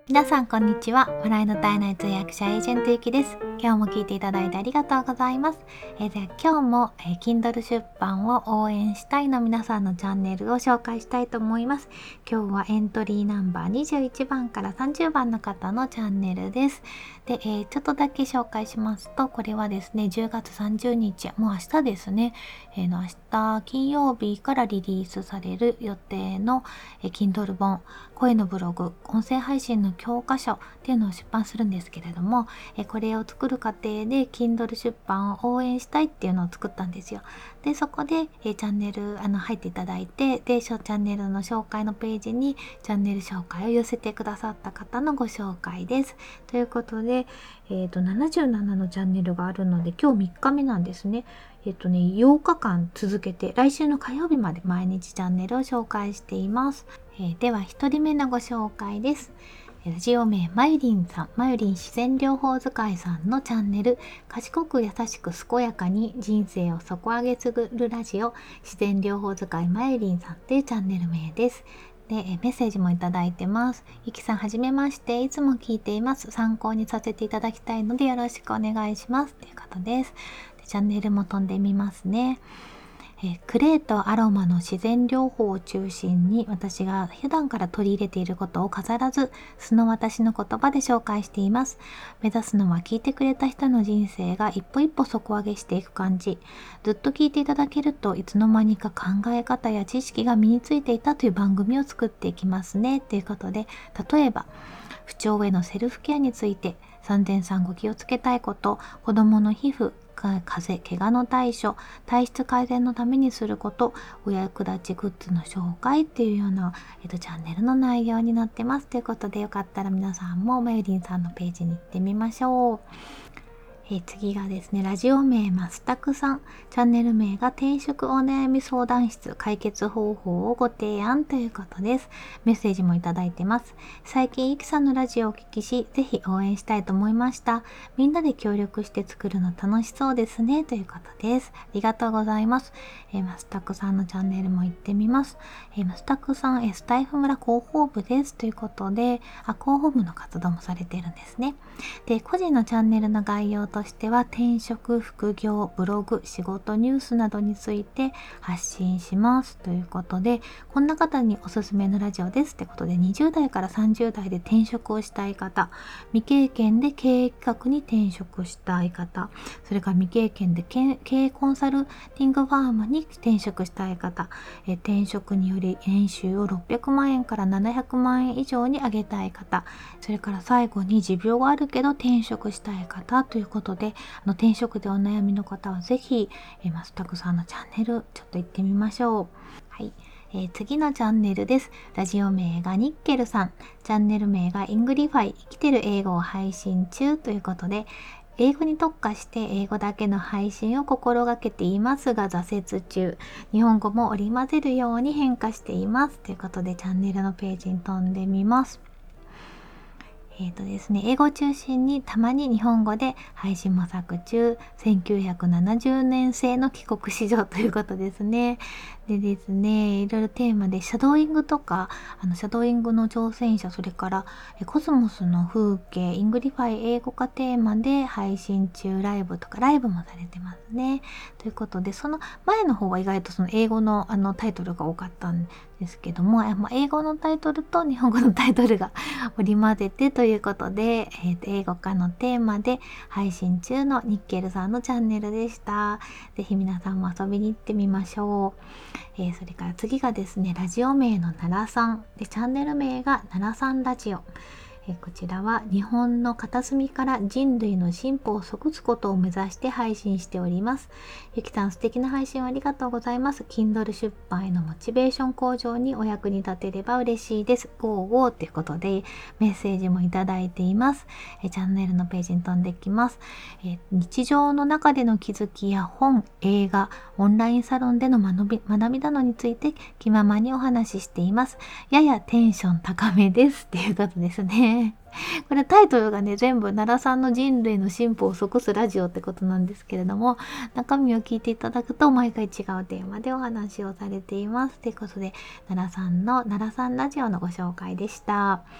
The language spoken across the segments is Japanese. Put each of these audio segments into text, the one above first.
皆さんこんにちは。笑いの絶えない通訳者エージェントゆきです。今日も聞いていただいてありがとうございます。では今日も、Kindle 出版を応援したいの皆さんのチャンネルを紹介したいと思います。今日はエントリーナンバー21番から30番の方のチャンネルです。で、ちょっとだけ紹介しますと、これはですね、10月30日、もう明日ですね、明日金曜日からリリースされる予定の、Kindle 本、声のブログ、音声配信の教科書っていうのを出版するんですけれども、これを作る過程で Kindle 出版を応援したいっていうのを作ったんですよ。で、そこで、チャンネル入っていただいて、で、チャンネルの紹介のページにチャンネル紹介を寄せてくださった方のご紹介です。ということで、77のチャンネルがあるので、今日3日目なんですね。8日間続けて、来週の火曜日まで毎日チャンネルを紹介しています。では1人目のご紹介です。ラジオ名まゆりんさん、まゆりん自然療法使いさんのチャンネル、賢く優しく健やかに人生を底上げするラジオ、自然療法使いまゆりんさんというチャンネル名です。で、メッセージもいただいてます。ゆきさんはじめまして、いつも聞いています。参考にさせていただきたいのでよろしくお願いします。ということです。で、チャンネルも飛んでみますね。クレイとアロマの自然療法を中心に私が普段から取り入れていることを飾らず素の私の言葉で紹介しています。目指すのは聞いてくれた人の人生が一歩一歩底上げしていく感じ。ずっと聞いていただけるといつの間にか考え方や知識が身についていたという番組を作っていきますね。ということで、例えば不調へのセルフケアについて、産前産後気をつけたいこと、子供の皮膚、風邪、怪我の対処、体質改善のためにすること、お役立ちグッズの紹介っていうような、チャンネルの内容になってます。ということで、よかったら皆さんもまゆりんさんのページに行ってみましょう。次がですね、ラジオ名ますたくさん、チャンネル名が転職お悩み相談室解決方法をご提案ということです。メッセージもいただいてます。最近ゆきさんのラジオをお聞きし、ぜひ応援したいと思いました。みんなで協力して作るの楽しそうですねということです。ありがとうございます。ますたくさんのチャンネルも行ってみます。ますたくさん、スタイフ村広報部ですということで、広報部の活動もされているんですね。で、個人のチャンネルの概要としては転職、副業、ブログ、仕事ニュースなどについて発信しますということで、こんな方におすすめのラジオですってことで、20代から30代で転職をしたい方、未経験で経営企画に転職したい方、それから未経験で経営コンサルティングファームに転職したい方、転職により年収を600万円から700万円以上に上げたい方、それから最後に持病があるけど転職したい方ということで、転職でお悩みの方はぜひ、ますたくさんのチャンネルちょっと行ってみましょう。はい。次のチャンネルです。ラジオ名がニッケルさん。チャンネル名がイングリファイ生きてる英語を配信中ということで、英語に特化して英語だけの配信を心がけていますが挫折中。日本語も織り交ぜるように変化しています。ということでチャンネルのページに飛んでみます。ですね、英語を中心にたまに日本語で配信模索中、1970年製の帰国子女ということですね。でですね、いろいろテーマでシャドーイングとか、シャドーイングの挑戦者、それからコスモスの風景、イングリファイ英語化テーマで配信中、ライブとかライブもされてますね。ということで、その前の方は意外とその英語のタイトルが多かったんですけども、英語のタイトルと日本語のタイトルが織り交ぜてということで、英語化のテーマで配信中のニッケルさんのチャンネルでした。ぜひ皆さんも遊びに行ってみましょう。それから次がですね、ラジオ名の奈良さんで、チャンネル名が奈良さんラジオ。こちらは日本の片隅から人類の進歩を即つことを目指して配信しております。ゆきさん、素敵な配信をありがとうございます。Kindle 出版へのモチベーション向上にお役に立てれば嬉しいです。ゴーゴーということでメッセージもいただいています。チャンネルのページに飛んできます。日常の中での気づきや本、映画、オンラインサロンでの学びなどについて気ままにお話ししています。ややテンション高めですっていうことですね。これタイトルがね、全部奈良さんの人類の進歩を即すラジオってことなんですけれども、中身を聞いていただくと毎回違うテーマでお話をされていますということで、奈良さんラジオのご紹介でした。は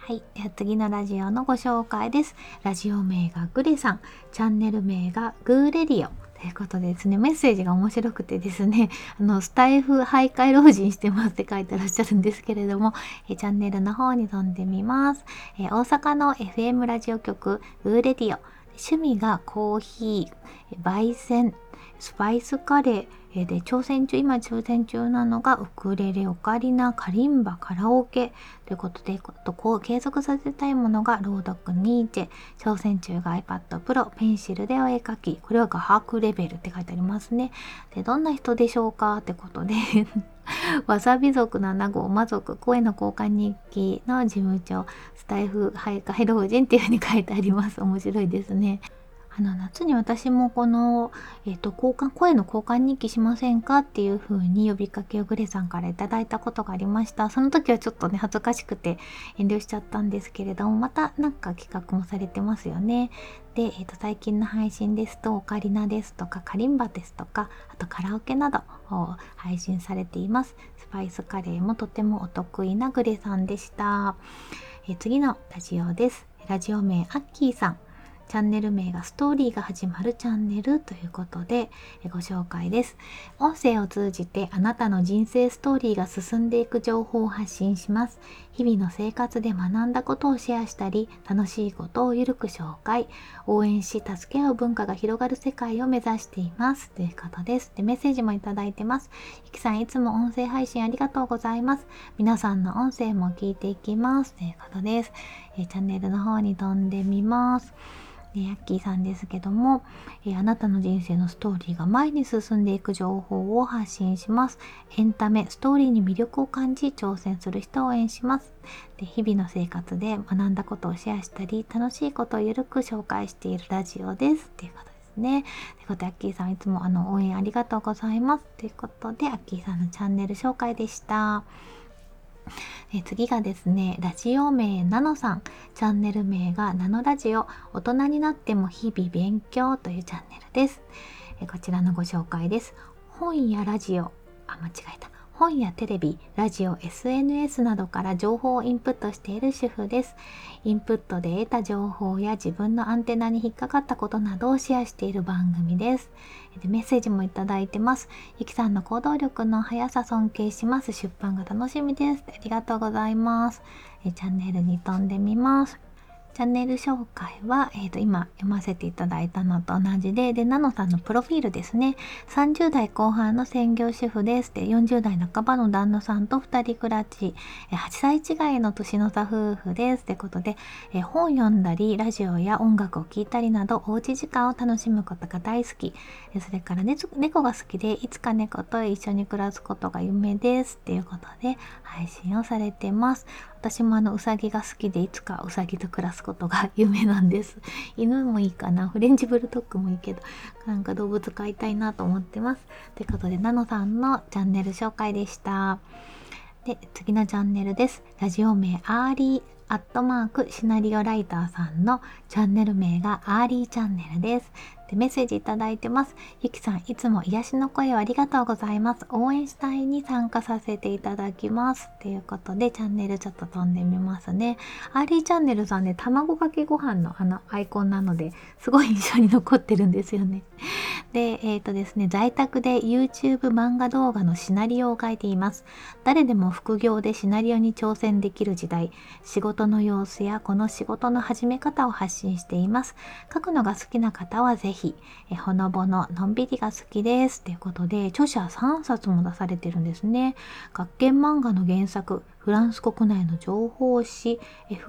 はい、では次のラジオのご紹介です。ラジオ名がグレさん、チャンネル名がグーレディオということでですね、メッセージが面白くてですね、スタイフ徘徊老人してますって書いてらっしゃるんですけれども、チャンネルの方に飛んでみます。大阪の FM ラジオ局グーレディオ、趣味がコーヒー、焙煎、スパイスカレー、で今挑戦中なのがウクレレ、オカリナ、カリンバ、カラオケということで、こう継続させたいものが朗読、ニーチェ、挑戦中が iPad Pro、ペンシルでお絵描き、これは画伯レベルって書いてありますね。で、どんな人でしょうかってことでわさび族7号魔族声の交換日記の事務長、スタイフ徘徊老人っていう風に書いてあります。面白いですね。夏に私もこの、声の交換日記しませんかっていう風に呼びかけをグレさんからいただいたことがありました。その時はちょっとね、恥ずかしくて遠慮しちゃったんですけれども、またなんか企画もされてますよね。で、最近の配信ですと、オカリナですとか、カリンバですとか、あとカラオケなどを配信されています。スパイスカレーもとてもお得意なグレさんでした。次のラジオです。ラジオ名アッキーさん。チャンネル名がストーリーが始まるチャンネルということでご紹介です。音声を通じてあなたの人生ストーリーが進んでいく情報を発信します。日々の生活で学んだことをシェアしたり、楽しいことをゆるく紹介、応援し助け合う文化が広がる世界を目指していますということです。で、メッセージもいただいてます。ゆきさんいつも音声配信ありがとうございます。皆さんの音声も聞いていきますということです。チャンネルの方に飛んでみます。ヤッキーさんですけども、あなたの人生のストーリーが前に進んでいく情報を発信します。エンタメ、ストーリーに魅力を感じ挑戦する人を応援します。で、日々の生活で学んだことをシェアしたり、楽しいことをゆるく紹介しているラジオですっていうことですね。ということで、アッキーさんいつも応援ありがとうございますということで、アッキーさんのチャンネル紹介でした。次がですね、ラジオ名ナノさん、チャンネル名がナノラジオ、大人になっても日々勉強というチャンネルです。こちらのご紹介です。本やラジオ、間違えた。本やテレビ、ラジオ、SNS などから情報をインプットしている主婦です。インプットで得た情報や自分のアンテナに引っかかったことなどをシェアしている番組です。で、メッセージもいただいてます。ゆきさんの行動力の速さ尊敬します。出版が楽しみです。ありがとうございます。チャンネルに飛んでみます。チャンネル紹介は、今読ませていただいたのと同じで、ナノさんのプロフィールですね。30代後半の専業主婦です。で、40代半ばの旦那さんと2人暮らし、8歳違いの年の差夫婦です。ということで、本読んだり、ラジオや音楽を聴いたりなど、おうち時間を楽しむことが大好き。それから猫が好きで、いつか猫と一緒に暮らすことが夢です。ということで、配信をされてます。私もうさぎが好きで、いつかうさぎと暮らすことが夢なんです。犬もいいかな、フレンチブルドッグもいいけど、なんか動物飼いたいなと思ってます。ということで、ナノさんのチャンネル紹介でした。で、次のチャンネルです。ラジオ名アーリーシナリオライターさんのチャンネル名がアーリーチャンネルです。で、メッセージいただいてます。ゆきさんいつも癒しの声をありがとうございます。応援したいに参加させていただきますということで、チャンネルちょっと飛んでみますね。アーリーチャンネルさんね、卵かけご飯のアイコンなので、すごい印象に残ってるんですよね。で、ですね、在宅で YouTube 漫画動画のシナリオを書いています。誰でも副業でシナリオに挑戦できる時代、仕事の様子やこの仕事の始め方を発信しています。書くのが好きな方はぜひ、ほのぼののんびりが好きですということで、著者3冊も出されてるんですね。学研漫画の原作、フランス国内の情報誌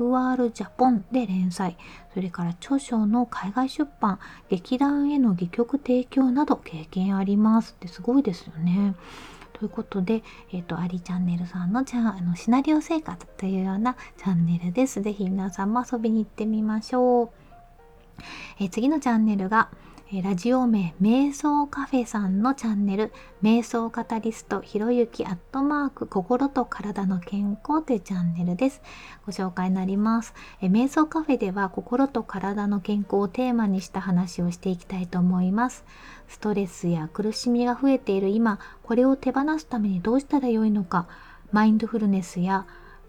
FR ジャポンで連載、それから著書の海外出版、劇団への戯曲提供など経験ありますってすごいですよね。ということで、アリチャンネルさんのシナリオ生活というようなチャンネルです。ぜひ皆さんも遊びに行ってみましょう。次のチャンネルが、ラジオ名瞑想カフェさんのチャンネル、瞑想カタリストひろゆき心と体の健康というチャンネルです。ご紹介になります。瞑想カフェでは心と体の健康をテーマにした話をしていきたいと思います。ストレスや苦しみが増えている今、これを手放すためにどうしたらよいのか、マインドフルネスや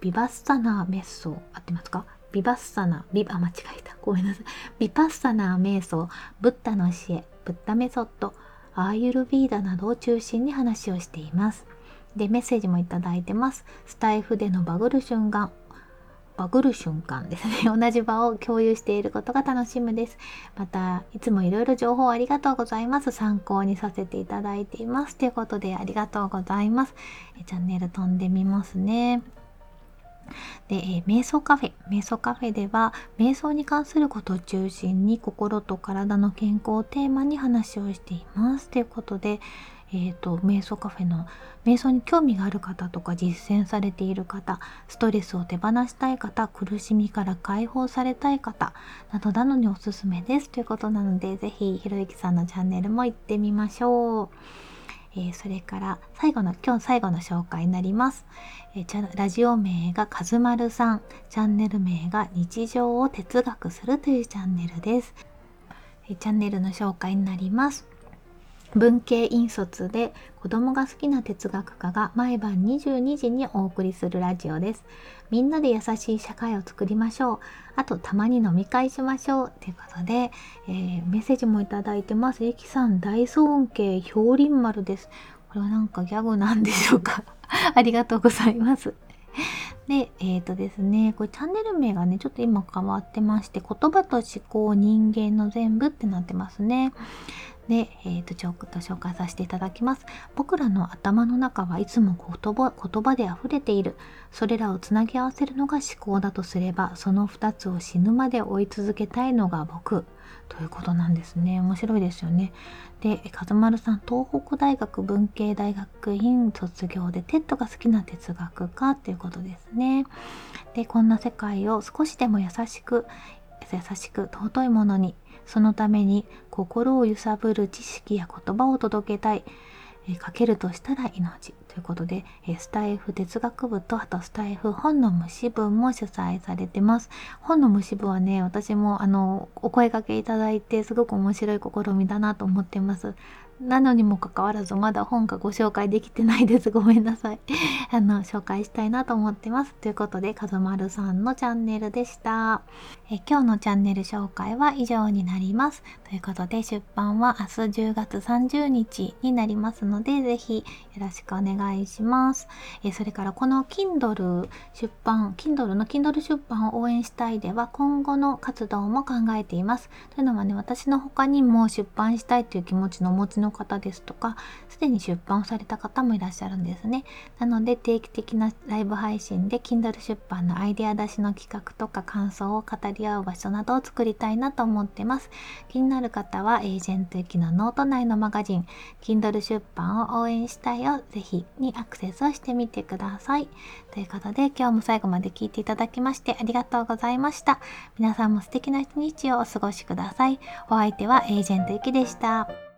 ビバッサナー瞑想、合ってますか？ビバッサナー、間違えた。ごめんなさい。ビパッサナー瞑想、ブッダの教え、ブッダメソッド、アーユルヴィーダなどを中心に話をしています。で、メッセージもいただいてます。スタイフでのバグる瞬間ですね。同じ場を共有していることが楽しみです。また、いつもいろいろ情報ありがとうございます。参考にさせていただいています。ということで、ありがとうございます。チャンネル飛んでみますね。で、瞑想カフェでは瞑想に関することを中心に心と体の健康をテーマに話をしていますということで、瞑想カフェの瞑想に興味がある方とか実践されている方、ストレスを手放したい方、苦しみから解放されたい方などなどにおすすめですということなので、ぜひひろゆきさんのチャンネルも行ってみましょう。それから今日最後の紹介になります。ラジオ名がかずまるさん、チャンネル名が日常を哲学するというチャンネルです。チャンネルの紹介になります。文系引率で子供が好きな哲学家が毎晩22時にお送りするラジオです。みんなで優しい社会を作りましょう。あとたまに飲み会しましょうということで、メッセージもいただいてます。ゆきさん大尊敬氷林丸です。これはなんかギャグなんでしょうか？ありがとうございます。で、ですね、これチャンネル名がね、ちょっと今変わってまして、言葉と思考人間の全部ってなってますね。で、ちょっと紹介させていただきます。僕らの頭の中はいつも言葉で溢れている。それらをつなぎ合わせるのが思考だとすれば、その2つを死ぬまで追い続けたいのが僕。ということなんですね。面白いですよね。で、かずまるさん、東北大学文系大学院卒業で、テッドが好きな哲学家ということですね。で、こんな世界を少しでも優しく尊いものに、そのために心を揺さぶる知識や言葉を届けたい。かけるとしたら命ということで、スタイフ哲学部とあとスタイフ本の虫部も主催されてます。本の虫部はね、私もお声掛けいただいてすごく面白い試みだなと思ってます。なのにもかかわらずまだ本がご紹介できてないです。ごめんなさい。紹介したいなと思ってます。ということで、かずまるさんのチャンネルでした。今日のチャンネル紹介は以上になります。ということで、出版は明日10月30日になりますので、ぜひよろしくお願いします。それからこの Kindle の Kindle 出版を応援したいでは、今後の活動も考えています。というのはね、私の他にも出版したいという気持ちのお持ちの方ですとか、すでに出版をされた方もいらっしゃるんですね。なので定期的なライブ配信で Kindle 出版のアイデア出しの企画とか感想を語り合う場所などを作りたいなと思ってます。気になる方はエージェントゆきのノート内のマガジン Kindle 出版を応援したいをぜひにアクセスをしてみてください。ということで、今日も最後まで聞いていただきましてありがとうございました。皆さんも素敵な一日をお過ごしください。お相手はエージェントゆきでした。